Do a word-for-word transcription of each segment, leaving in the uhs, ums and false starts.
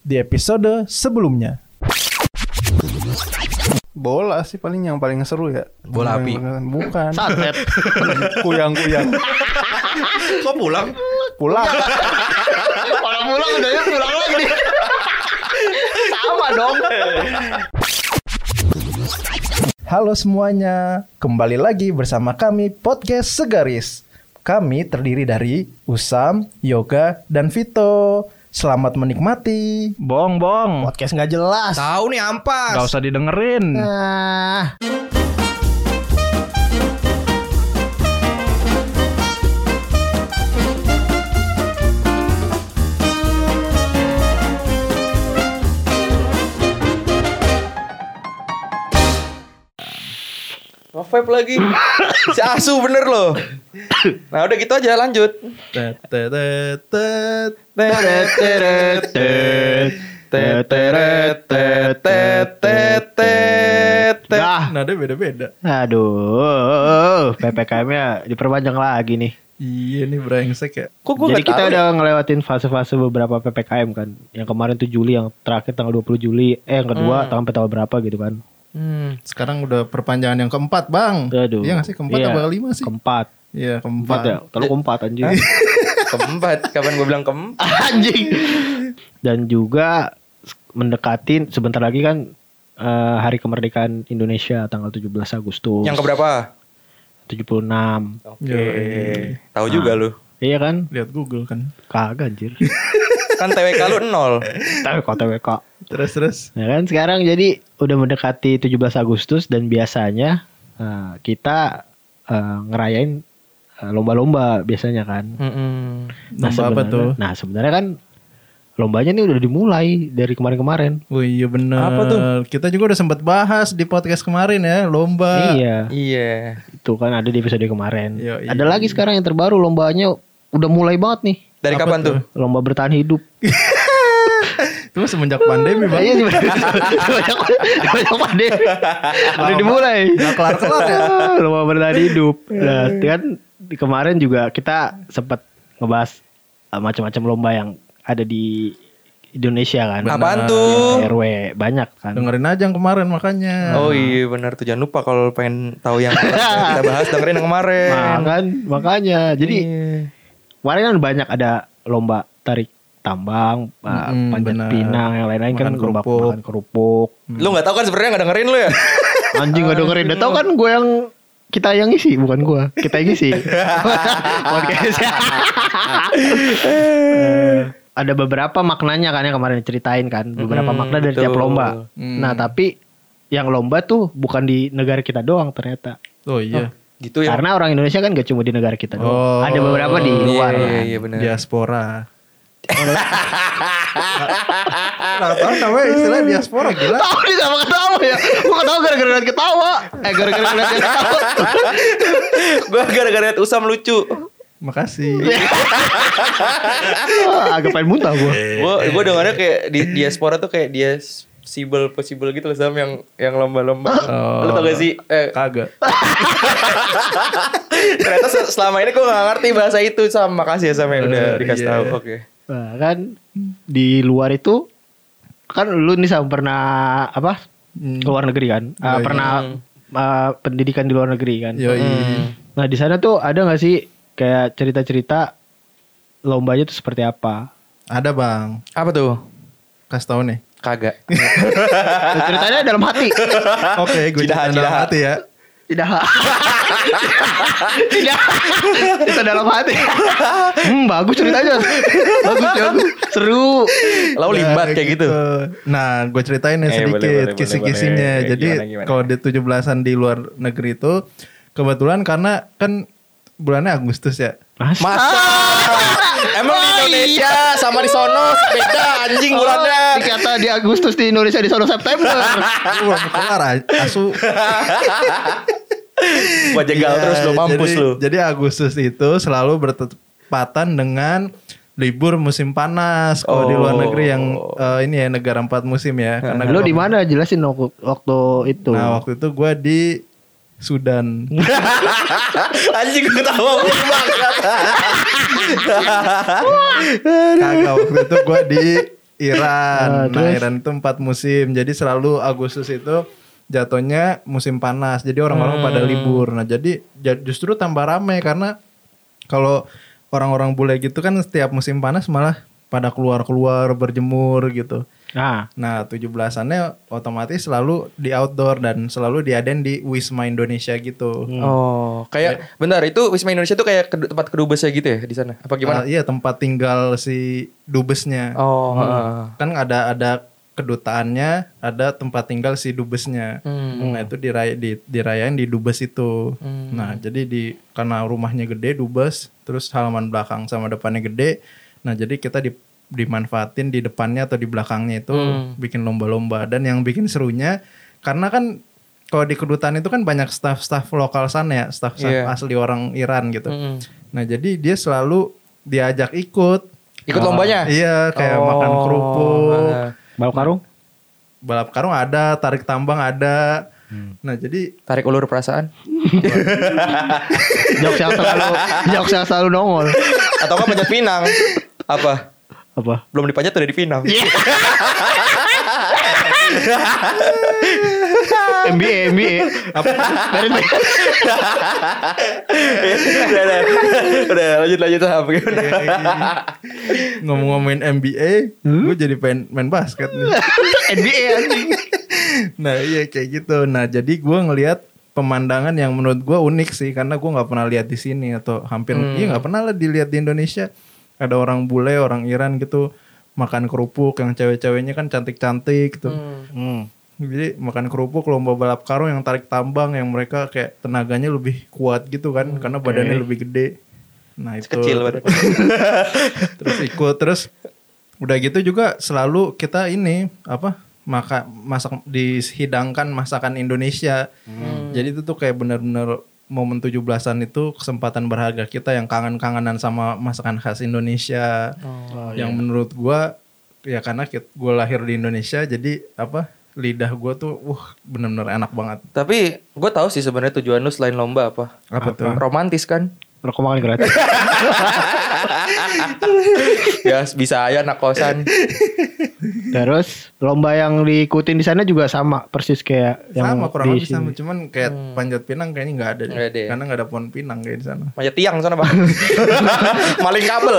di episode sebelumnya. Bola sih paling yang paling seru ya. Bola api. Bukan. Santet. Kuyang-kuyang. Kok pulang? Pulang. Kalau pulang udah ya pulang lagi nih. Sama dong. Halo semuanya, kembali lagi bersama kami Podcast Segaris. Kami terdiri dari Usam, Yoga, dan Vito. Selamat menikmati. Bong, bong. Podcast nggak jelas. Tahu nih ampas. Gak usah didengerin. Nah. Nge-vape lagi. Si Asu bener loh. Nah udah gitu aja lanjut. Tet, tet, tet, tet. Teret teret tet. Teret tet tet tet tet. Dah. Nada beda-beda. Aduh, P P K M-nya diperpanjang lagi nih. Iya nih brengsek ya. Kok gue Jadi gak kita tahu udah ngelewatin fase-fase beberapa P P K M kan. Yang kemarin tuh Juli, yang terakhir tanggal dua puluh Juli. Eh yang kedua Hmm. sampai tanggal berapa gitu kan. Hmm. Sekarang udah perpanjangan yang keempat, Bang. Aduh. Iya gak sih? Keempat Iya. apa kelima sih? Keempat. Iya, Keempat keempat. ya. Kalau keempat anjing. Keempat. Kapan gue bilang keempat? Anjing. Dan juga mendekati sebentar lagi kan eh, hari kemerdekaan Indonesia tanggal tujuh belas Agustus. Yang keberapa? tujuh puluh enam. Oke. Yoi. Tahu juga lu. Iya kan? Lihat Google kan. Kagak anjir. Kan T W K lu nol. Tapi kok T W K. Terus terus. Ya kan sekarang jadi udah mendekati tujuh belas Agustus dan biasanya eh, kita eh, ngerayain eh, lomba-lomba biasanya kan. Mm-mm. Lomba apa sebenarnya- tuh? Nah sebenarnya kan lombanya nih udah dimulai dari kemarin-kemarin. Oh iya bener. Apa tuh? Kita juga udah sempat bahas di podcast kemarin ya, lomba. Iya. Iya. Itu kan ada di episode kemarin. Yo, iya. Ada lagi sekarang yang terbaru lombanya udah mulai banget nih. Dari Apa kapan tuh? tuh? Lomba bertahan hidup. Itu semenjak pandemi, Bang. Iya banyak banyak pandemi. Udah dimulai. Nggak kelar-kelar ya. Lomba bertahan hidup. Nah, kan di kemarin juga kita sempat ngebahas uh, macam-macam lomba yang ada di Indonesia kan. Apaan tuh? R W banyak kan. Dengerin aja yang kemarin makanya. Oh iya benar tuh, jangan lupa kalau pengen tahu yang kita bahas dengerin yang kemarin. Nah, kan makanya. Jadi Iya. kemarin kan banyak ada lomba tarik tambang, uh, Mm-mm, panjat benar. pinang, yang lain-lain kan Makan lomba kerupuk. makan kerupuk. Lu nggak tahu kan sebenarnya nggak dengerin lu ya? Anjing gak dengerin. Udah tau kan gue yang kita yang ngisi, bukan gue. Kita yang ngisi. Podcastnya. Eh, ada beberapa maknanya kan yang kemarin ceritain kan. Beberapa Mm, makna dari tiap betul. lomba. Mm. Nah tapi yang lomba tuh bukan di negara kita doang ternyata. Oh iya. Gitu ya. Karena orang Indonesia kan gak cuma di negara kita doang. Oh. Ada beberapa di luar. Iya, kan. iya, iya benar. Diaspora. Nah, tahu namanya istilah diaspora gila. Tahu nih sama ketawa ya. Gue ketawa gara-gara liat ketawa. Eh gara-gara liat ketawa. Gue gara-gara liat Usam lucu. Makasih. Wah, agak pengen muntah gue. Gue gue dengarnya kayak di diaspora tuh kayak dia possible possible gitu loh Sam, yang yang lomba-lomba. Oh. Lu tau gak sih? Eh, Kagak. ternyata se- selama ini gue gak ngerti bahasa itu Sam. Makasih ya Sam yang udah Eh, dikasih iya. tahu. Oke. Nah, kan di luar itu kan lu nih sama pernah apa Hmm. ke luar negeri kan. Ah, Yoi. pernah ah, pendidikan di luar negeri kan. Yoi. Nah di sana tuh ada nggak sih kayak cerita-cerita lombanya tuh seperti apa? Ada, Bang. Apa tuh? Kasih tahu nih. Kagak. Nah, ceritanya dalam hati. Oke, gue Cidaha, cerita dalam cidaha. hati ya. Tidak. Tidak. Itu dalam hati. Hmm, bagus ceritanya. Bagus ya. Seru. Lau limbat kayak gitu. Nah, gue ceritain nih Eh, sedikit boleh, boleh, kisi-kisinya. boleh. Jadi Gimana, gimana? kalau di tujuh belasan di luar negeri itu kebetulan karena kan bulannya Agustus ya. Mas. Masa? Emang di Indonesia sama di sono beda anjing bulannya. Dikata di Agustus di Indonesia di sono September. Gue mau kelar asu. Gua jegal Iya, terus lu mampus jadi, lu. Jadi Agustus itu selalu bertepatan dengan libur musim panas. Kalau di luar Oh. negeri yang eh, ini ya negara empat musim ya. Karena Lu kalau- di mana jelasin waktu, waktu itu? Nah waktu itu gue di Sudan. Anjing gue ketawa mulu banget. Kagak, waktu itu gue di Iran. Ah, Nah, terus? Iran itu empat musim. Jadi selalu Agustus itu jatuhnya musim panas. Jadi orang-orang pada libur. Nah, jadi ja- justru tambah ramai karena kalau orang-orang bule gitu kan setiap musim panas malah pada keluar-keluar berjemur gitu. Nah, Nah, tujuh belasannya otomatis selalu di outdoor dan selalu diadain di Wisma Indonesia gitu. Oh, kayak bentar itu Wisma Indonesia tuh kayak kedu- tempat kedubesnya gitu ya di sana. Apa gimana? Ah, iya, tempat tinggal si dubesnya. Oh, Hmm. heeh. Kan ada ada kedutaannya, ada tempat tinggal si dubesnya. Hmm. Nah, itu diray di, dirayain di dubes itu. Nah, jadi di karena rumahnya gede dubes, terus halaman belakang sama depannya gede. Nah, jadi kita di dimanfaatin di depannya atau di belakangnya itu Hmm. bikin lomba-lomba. Dan yang bikin serunya karena kan kalau di kedutaan itu kan banyak staff-staff lokal sana ya, staff-staff Iya. asli orang Iran gitu. Hmm. Nah, jadi dia selalu diajak ikut. Ikut lombanya? Iya, kayak Oh, makan kerupuk. nah. balap karung? Balap karung ada, tarik tambang ada. Nah, jadi Tarik ulur perasaan. Jokes yang selalu jokes yang selalu nongol. Atau kan panjat pinang. Apa? Apa? Belum dipanjat udah dipinang. M B A, M B A. Dari udah, udah, udah, lanjut lanjut Ham. Gimana? ngomong-ngomongin N B A, gue jadi pengen main basket nih. N B A anjing. Nah, iya kayak gitu. Nah, jadi gue ngelihat pemandangan yang menurut gue unik sih, karena gue nggak pernah lihat di sini atau hampir iya nggak pernah lah dilihat di Indonesia. Ada orang bule, orang Iran gitu makan kerupuk, yang cewek-ceweknya kan cantik-cantik gitu. Hmm. Jadi makan kerupuk, lomba balap karung yang tarik tambang, yang mereka kayak tenaganya lebih kuat gitu kan, karena badannya lebih gede. Nah itu Kecil badan. terus ikut terus udah gitu juga selalu kita ini apa maka masak dihidangkan masakan Indonesia. Jadi itu tuh kayak benar-benar momen tujuh belasan itu kesempatan berharga kita yang kangen-kangenan sama masakan khas Indonesia. Yang menurut gua ya karena gue lahir di Indonesia jadi apa lidah gue tuh uh bener-bener enak banget. Tapi gue tahu sih sebenarnya tujuan lu selain lomba apa? Apa tuh? Romantis kan? Rokok makan gratis. Ya bisa aja anak kosan. Terus lomba yang diikutin di sana juga sama persis kayak yang Sama kurang di lebih sama sini. cuman kayak panjat pinang kayaknya nggak ada deh. Nggak ada ya? Karena nggak ada pohon pinang kayak di sana. Manjat tiang sana bang. Maling kabel.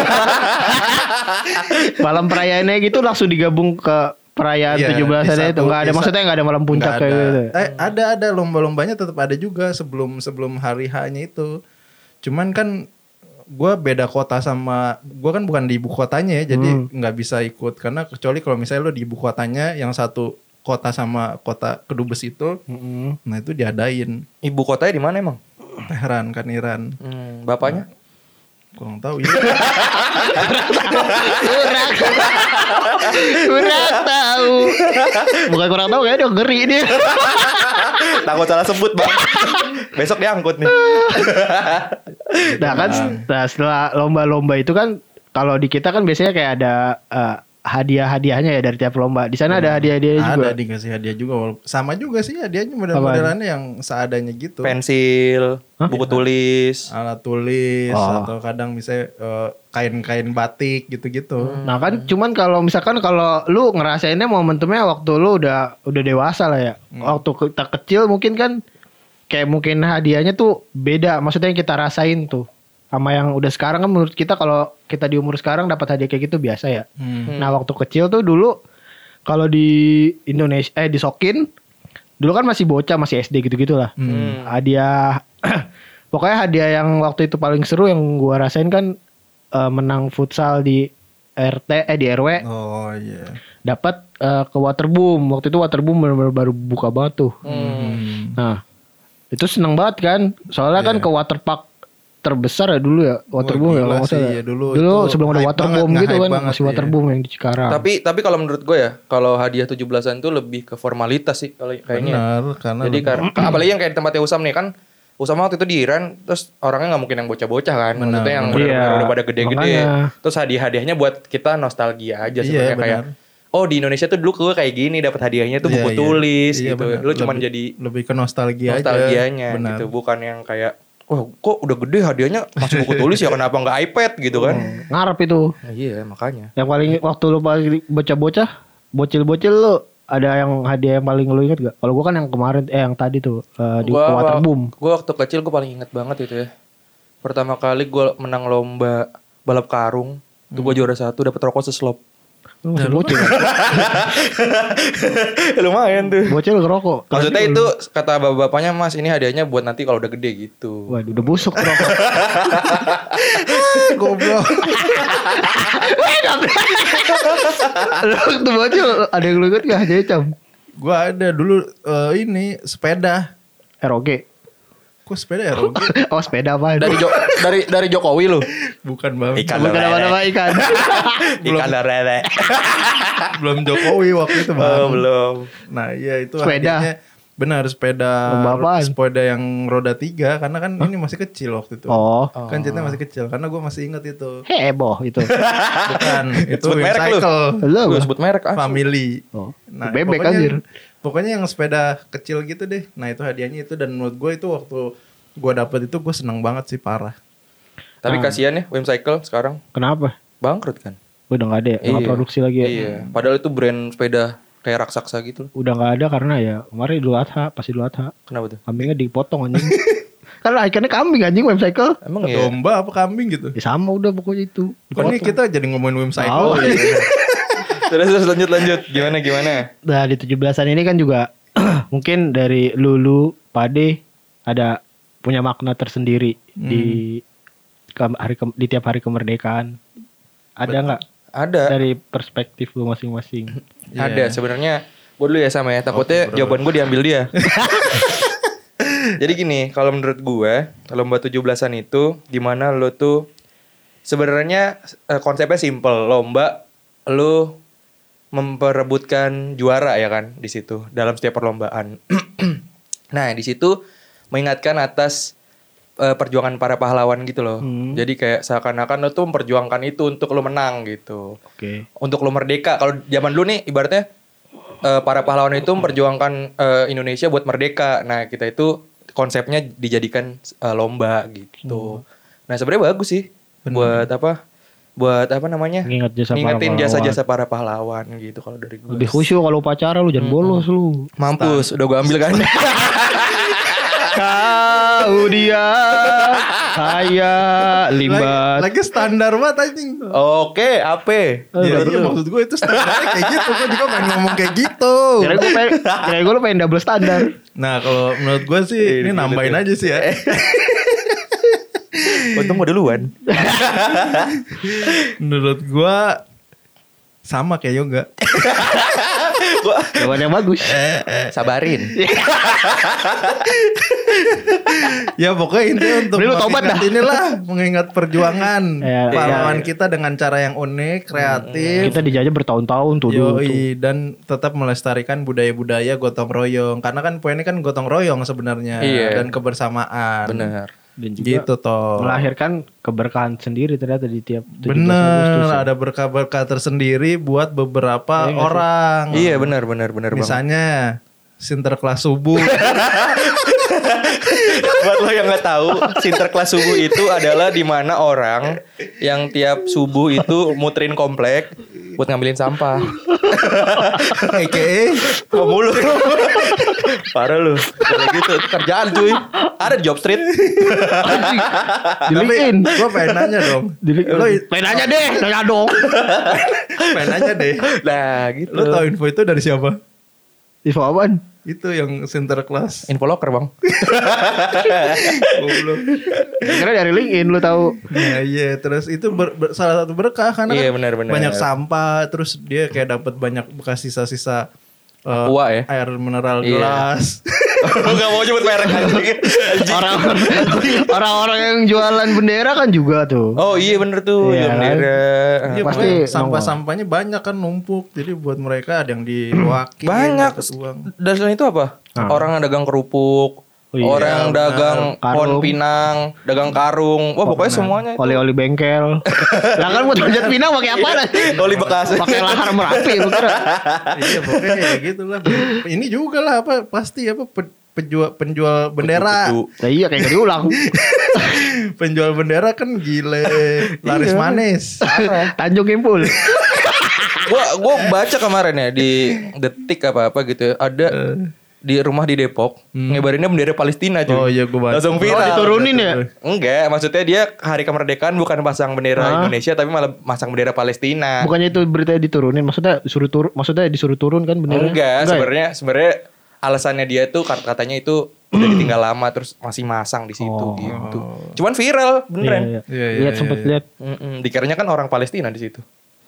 Malam perayaannya gitu langsung digabung ke perayaan Iya, tujuh belasannya di itu satu- nggak ada di sa- maksudnya nggak ada malam puncak Nggak kayak ada. gitu. Eh, ada ada lomba-lombanya tetap ada juga sebelum sebelum hari H-nya itu. Cuman kan gue beda kota sama gue kan bukan di ibu kotanya ya, jadi nggak bisa ikut karena kecuali kalau misalnya lo di ibu kotanya yang satu kota sama kota kedubes itu, nah itu diadain. Ibu kotanya di mana emang? Teheran kan Iran. Hmm, bapaknya? Kurang tahu ya. Kurang tahu. Bukan kurang tahu kayak dia ngeri dia. Takut salah sebut bang. Besok diangkut nih. Nah kan nah, setelah lomba-lomba itu kan kalau di kita kan biasanya kayak ada eh, hadiah-hadiahnya ya dari tiap lomba. Di sana ada hadiah-hadiahnya juga. Ada dikasih hadiah juga. walaupun- Sama juga sih hadiahnya model-modelannya yang seadanya gitu. Pensil, buku tulis. Alat tulis Oh. atau kadang misalnya eh, kain-kain batik gitu-gitu. Nah kan cuman kalau misalkan kalau lu ngerasainnya momentumnya waktu lu udah udah dewasa lah ya. Waktu kita kecil mungkin kan kayak mungkin hadiahnya tuh beda. Maksudnya yang kita rasain tuh sama yang udah sekarang kan menurut kita kalau kita di umur sekarang dapat hadiah kayak gitu biasa ya. Nah waktu kecil tuh dulu kalau di Indonesia eh di Sokin dulu kan masih bocah masih S D gitu-gitu lah. Hadiah pokoknya hadiah yang waktu itu paling seru yang gua rasain kan eh, menang futsal di R T eh di R W Oh iya. dapat eh, ke Waterboom. Waktu itu Waterboom benar-benar baru buka banget tuh. Nah, itu seneng banget kan. Soalnya kan ke waterpark terbesar ya dulu ya Waterboom ya gila kalau nggak sih, salah. ya, dulu dulu itu sebelum ada hype Waterboom banget, gitu nge-hype kan banget, masih iya. Waterboom yang di Cikarang. Tapi tapi kalau menurut gue ya, kalau hadiah tujuh belasan itu lebih ke formalitas sih kalau kayaknya. Benar, karena Jadi lebih- karena apalagi yang kayak di tempatnya Usam nih kan. Usam waktu itu di Iran, terus orangnya nggak mungkin yang bocah-bocah kan, maksudnya yang benar. benar-benar Iya, udah pada gede-gede. makanya. Terus hadiah-hadiahnya buat kita nostalgia aja Iya, sebenarnya kayak, benar. oh di Indonesia tuh dulu gue kayak gini, dapat hadiahnya tuh Iya, buku iya. tulis Iya, gitu. benar. Lu cuman Lebih- jadi lebih ke nostalgia aja. nostalgianya Benar. gitu, bukan yang kayak, wah kok udah gede hadiahnya masih buku tulis ya, kenapa nggak iPad gitu kan? Hmm, ngarep itu. Nah, iya makanya. Yang paling waktu lu paling bocah-bocah, bocil-bocil lu ada yang hadiah yang paling lu inget gak? Kalau gua kan yang kemarin eh yang tadi tuh uh, di Gua- Waterboom. Gue waktu kecil gue paling inget banget itu ya. Pertama kali gue menang lomba balap karung, itu gue juara satu, dapat rokok seslop. Lu masih bocil. Lumayan tuh. Bocil ngerokok. Maksudnya itu kata bapak-bapaknya, mas ini hadiahnya buat nanti kalau udah gede gitu. Waduh, udah busuk tuh rokok. Goblok. Lu waktu bocil ada yang lu inget gak hadiahnya, Cam? Gua ada dulu eh, ini sepeda. R O G. Kok sepeda R O G? Oh sepeda apa? Dari Jo- dari dari Jokowi lu. Bukan bang. Ikan Bukan lele. apa-apa ikan. Ikan lele. Belum Jokowi waktu itu bang. Oh, belum. Nah iya itu Sepeda. hadiahnya benar sepeda. Lomba apaan? Sepeda yang roda tiga karena kan ini masih kecil waktu itu. Oh. Kan jetnya masih kecil karena gue masih inget itu. Heboh itu. Bukan itu Sebut merek lu. Cycle Lu Gue apa? sebut merek ah. Family. Oh. Nah, Bebek pokoknya, anjir. Pokoknya yang sepeda kecil gitu deh. Nah itu hadiahnya itu dan menurut gue itu waktu gue dapet itu gue seneng banget sih parah. Tapi kasihan ya Wimcycle sekarang Kenapa? bangkrut kan. Udah gak ada ya? Nggak Iya. produksi lagi ya? Iya. Padahal itu brand sepeda kayak raksasa gitu. Udah gak ada karena ya kemarin Idul Adha, pas Idul Adha. Kenapa tuh? Kambingnya dipotong anjing. Kan ikonnya kambing anjing Wimcycle. Emang ya? Domba apa kambing gitu. Ya sama udah pokoknya itu. Kan ini kita jadi ngomongin Wimcycle. Oh, iya. Terus terus lanjut lanjut. Gimana gimana? Nah di tujuh belasan ini kan juga mungkin dari Lulu, Pade ada punya makna tersendiri di ke- hari ke- di tiap hari kemerdekaan. Ada nggak Ada. dari perspektif lu masing-masing? Ada sebenarnya. Gue dulu ya sama ya. Takutnya jawaban gue diambil dia. Jadi gini, kalau menurut gue, lomba tujuh belasan itu gimana lo tuh sebenarnya eh, konsepnya simple. Lomba lo memperebutkan juara ya kan di situ dalam setiap perlombaan. Nah, di situ mengingatkan atas eh, perjuangan para pahlawan gitu loh. Hmm. Jadi kayak seakan-akan lo tuh memperjuangkan itu untuk lo menang gitu. Oke. Untuk lo merdeka. Kalau zaman dulu nih ibaratnya eh, para pahlawan itu memperjuangkan eh, Indonesia buat merdeka. Nah, kita itu konsepnya dijadikan eh, lomba gitu. Nah, sebenarnya bagus sih buat apa? Buat apa namanya? Nginget jasa para Ngingetin pahlawan. jasa-jasa para pahlawan gitu kalau dari gue. Lebih khusyuk kalau upacara lu jangan bolos lu. Mampus, udah gue ambil kan. Kau dia saya limbat. Lagi, lagi standar banget anjing. Oke, ape? Ya, iya, maksud gue itu standarnya kayak gitu. Gue juga pengen ngomong kayak gitu. Kira gue pengen, kira gue lu pengen double standar. Nah kalau menurut gue sih ini nambahin aja sih ya. Untung mau duluan. Menurut gue sama kayak yoga. Jawaban yang bagus. Sabarin. Ya pokoknya intinya untuk Ini lu tobat mengingat dah. inilah mengingat perjuangan Ya, pahlawan ya. kita dengan cara yang unik, kreatif. Kita dijajah bertahun-tahun tuh dulu. tuh. Yoi, dan tetap melestarikan budaya-budaya gotong royong. Karena kan poinnya kan gotong royong sebenarnya Iya. dan kebersamaan. Bener. Dan juga Gitu toh. melahirkan keberkahan sendiri ternyata di tiap tujuh belas Agustus. Bener, ya. ada berkah-berkah tersendiri buat beberapa Iya nggak sih? orang. Iya benar benar benar banget. Misalnya Sinterklas subuh. Buat lo yang nggak tahu, Sinterklas subuh itu adalah di mana orang yang tiap subuh itu muterin komplek buat ngambilin sampah. A K A Kok mulu? Parah lu. Kayak gitu itu kerjaan cuy. Ada di Job Street. Di Tapi LinkedIn. gue pengen nanya dong. Di LinkedIn. Lo Pengen nanya deh, nanya dong. pengen nanya deh. Nah, gitu. Lo tau info itu dari siapa? Info apaan? Itu yang Sinterklas. Info locker, Bang. Goblok. Karena dari LinkedIn lu tahu. Nah iya terus itu ber- ber- salah satu berkah karena Iya, kan benar-benar. banyak sampah terus dia kayak dapat banyak bekas sisa-sisa eh, Aqua ya? air mineral Iya. gelas. Enggak mau nyebut merek anjing. Orang orang-orang yang jualan bendera kan juga tuh. Oh iya bener tuh. Iya, Iya, kan? bendera. Iya Pasti pasti sampah-sampahnya banyak kan numpuk. Jadi buat mereka ada yang diluakin Banyak. dapat uang. Dan selain itu apa? Ah. Orang yang dagang kerupuk. Oh iya, orang benar. dagang Karung. pohon pinang, dagang karung. Wah, pokoknya semuanya itu. Oli-oli bengkel. Lah kan buat manjat pinang pakai apa dah? Oli bekas. Pakai lahar Merapi bukan? Iya pokoknya ya gitu lah. Ini juga lah apa pasti apa pe- penjual penjual bendera. Kucu-kucu. Nah, iya kayak gak diulang. Penjual bendera kan gile, laris Iya. manis. Tanjung Kimpul. Gua gua baca kemarin ya di Detik apa-apa gitu ya, ada di rumah di Depok ngebarinnya bendera Palestina cuy. Oh iya, gua baca. Langsung Oh, viral. diturunin ya? Enggak, maksudnya dia hari kemerdekaan bukan pasang bendera Hah? Indonesia tapi malah pasang bendera Palestina. Bukannya itu berita diturunin, maksudnya disuruh turun, maksudnya disuruh turun kan benernya? Enggak, ya? sebenarnya sebenarnya alasannya dia tuh kat- katanya itu udah ditinggal lama terus masih masang di situ Oh. gitu. Cuman viral Iya, beneran. iya. Iya, iya, Lihat iya, sempet iya. lihat. Mm-mm, dikiranya kan orang Palestina di situ.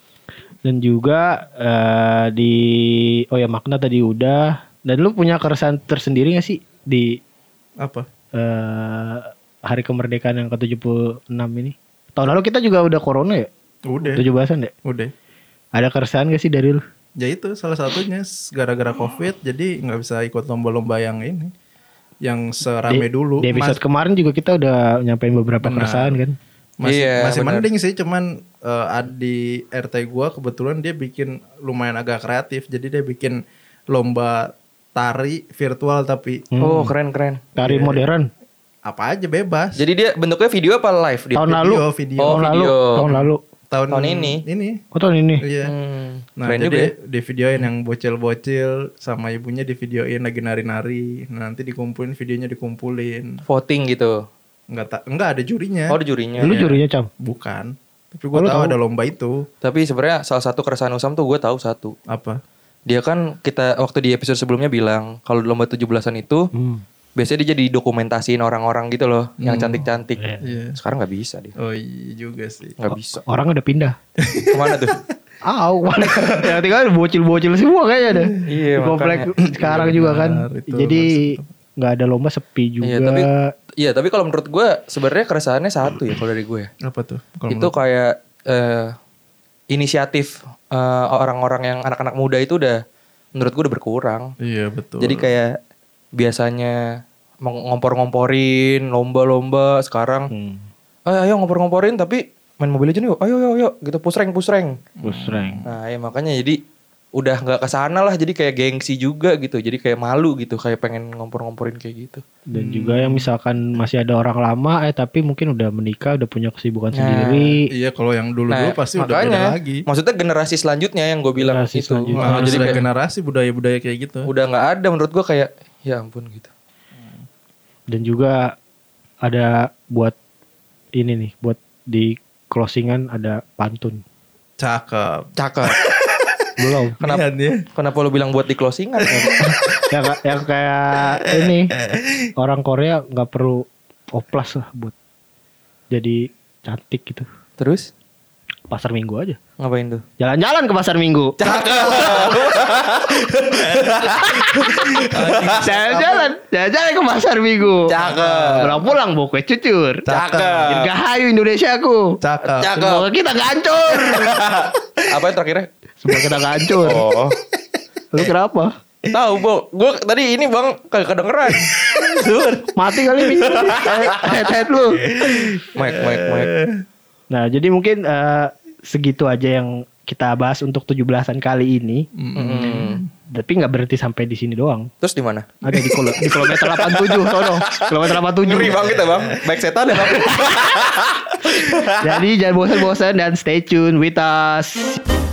Dan juga eh, di oh ya makna tadi udah. Dan lu punya keresahan tersendiri gak sih di Apa? eh, hari kemerdekaan yang ke tujuh puluh enam ini? Tahun lalu kita juga udah corona ya? Udah. tujuh belasan ya? Udah. Ada keresahan gak sih dari lu? Ya itu salah satunya s- gara-gara Covid jadi nggak bisa ikut lomba-lomba yang ini. Yang serame Di- dulu. Di episode Mas- kemarin juga kita udah nyampein beberapa Benar. keresahan kan? masih Iya, masih benar. mending sih, cuman eh, ad- di R T gua kebetulan dia bikin lumayan agak kreatif. Jadi dia bikin lomba tari virtual tapi Oh, keren-keren. Tari modern. apa aja bebas. Jadi dia bentuknya video apa live dia? Tahun video, lalu. video. Oh, tahun lalu. video. Tahun lalu. tahun, tahun ini. Ini. Oh tahun ini. Iya. Hmm, Nah, keren jadi juga ya. di videoin yang bocil-bocil sama ibunya di videoin lagi nari-nari. Nah, nanti dikumpulin videonya dikumpulin. Voting gitu. Enggak ta- enggak ada jurinya. Oh, ada jurinya. Lu jurinya Cam? Bukan. Tapi gua Oh, lu tahu tahu? ada lomba itu. Tapi sebenarnya salah satu keresahan Usam tuh gue tahu satu. Apa? Dia kan kita waktu di episode sebelumnya bilang kalau lomba tujuh belasan itu Hmm. biasanya dia jadi dokumentasiin orang-orang gitu loh yang cantik-cantik. Iya. Sekarang nggak bisa dia. Oh iya juga sih. Nggak bisa. Orang udah pindah. Kemana tuh? Ah, mana? Ya tinggal bocil-bocil semua kayaknya deh. Iya, Di komplek sekarang Iya, juga kan. benar, itu Jadi nggak ada lomba sepi juga. Iya tapi iya tapi kalau menurut gue sebenarnya keresahannya satu ya kalau dari gue. Apa tuh? Kalau Itu kayak eh, inisiatif eh, orang-orang yang anak-anak muda itu udah menurut gue udah berkurang. Iya betul. Jadi kayak biasanya meng- ngompor-ngomporin lomba-lomba sekarang Hmm. ayo, ayo ngompor-ngomporin tapi main Mobile Legends yuk ayo ayo ayo gitu pusreng-pusreng. Busreng. Nah ya makanya jadi udah nggak kesana lah jadi kayak gengsi juga gitu jadi kayak malu gitu kayak pengen ngompor-ngomporin kayak gitu. Dan juga yang misalkan masih ada orang lama eh tapi mungkin udah menikah, udah punya kesibukan Nah, sendiri. iya kalau yang dulu-dulu pasti udah beda lagi. maksudnya generasi selanjutnya yang gue bilang Generasi itu selanjutnya. Nah, Nah, jadi kayak generasi budaya-budaya kayak gitu. udah nggak ada menurut gue kayak ya ampun gitu. Dan juga ada buat ini nih, buat di closingan ada pantun. Cakep. Cakep. Belum. Kenapa? Nian ya. Kenapa lu bilang buat di closingan? yang, yang kayak ini orang Korea nggak perlu oplas lah buat jadi cantik gitu. Terus Pasar Minggu aja. ngapain tuh? Jalan-jalan ke Pasar Minggu. Jalan-jalan, jalan-jalan ke Pasar Minggu. Cakep. Pulang-pulang bawa kue cucur. Cakep. Dirgahayu Indonesia aku. Cakep. Cakep. Semoga kita gak hancur. Apa yang terakhirnya? Semoga kita gak hancur. Oh. Lu kenapa? Tahu, Bo. Gue tadi ini Bang kagak kedengeran. Mati kali nih. Head-head lu. Mike, Mike, Mike. Nah, jadi mungkin eh, segitu aja yang kita bahas untuk tujuh belasan kali ini. Mm. Tapi nggak berhenti sampai di sini doang. Terus di mana? Ada di, kilo, di kilometer delapan puluh tujuh sono. Kilometer delapan puluh tujuh. Ngeri banget ya Bang. Baik setan ya Bang. Jadi jangan bosan-bosan dan stay tune with us.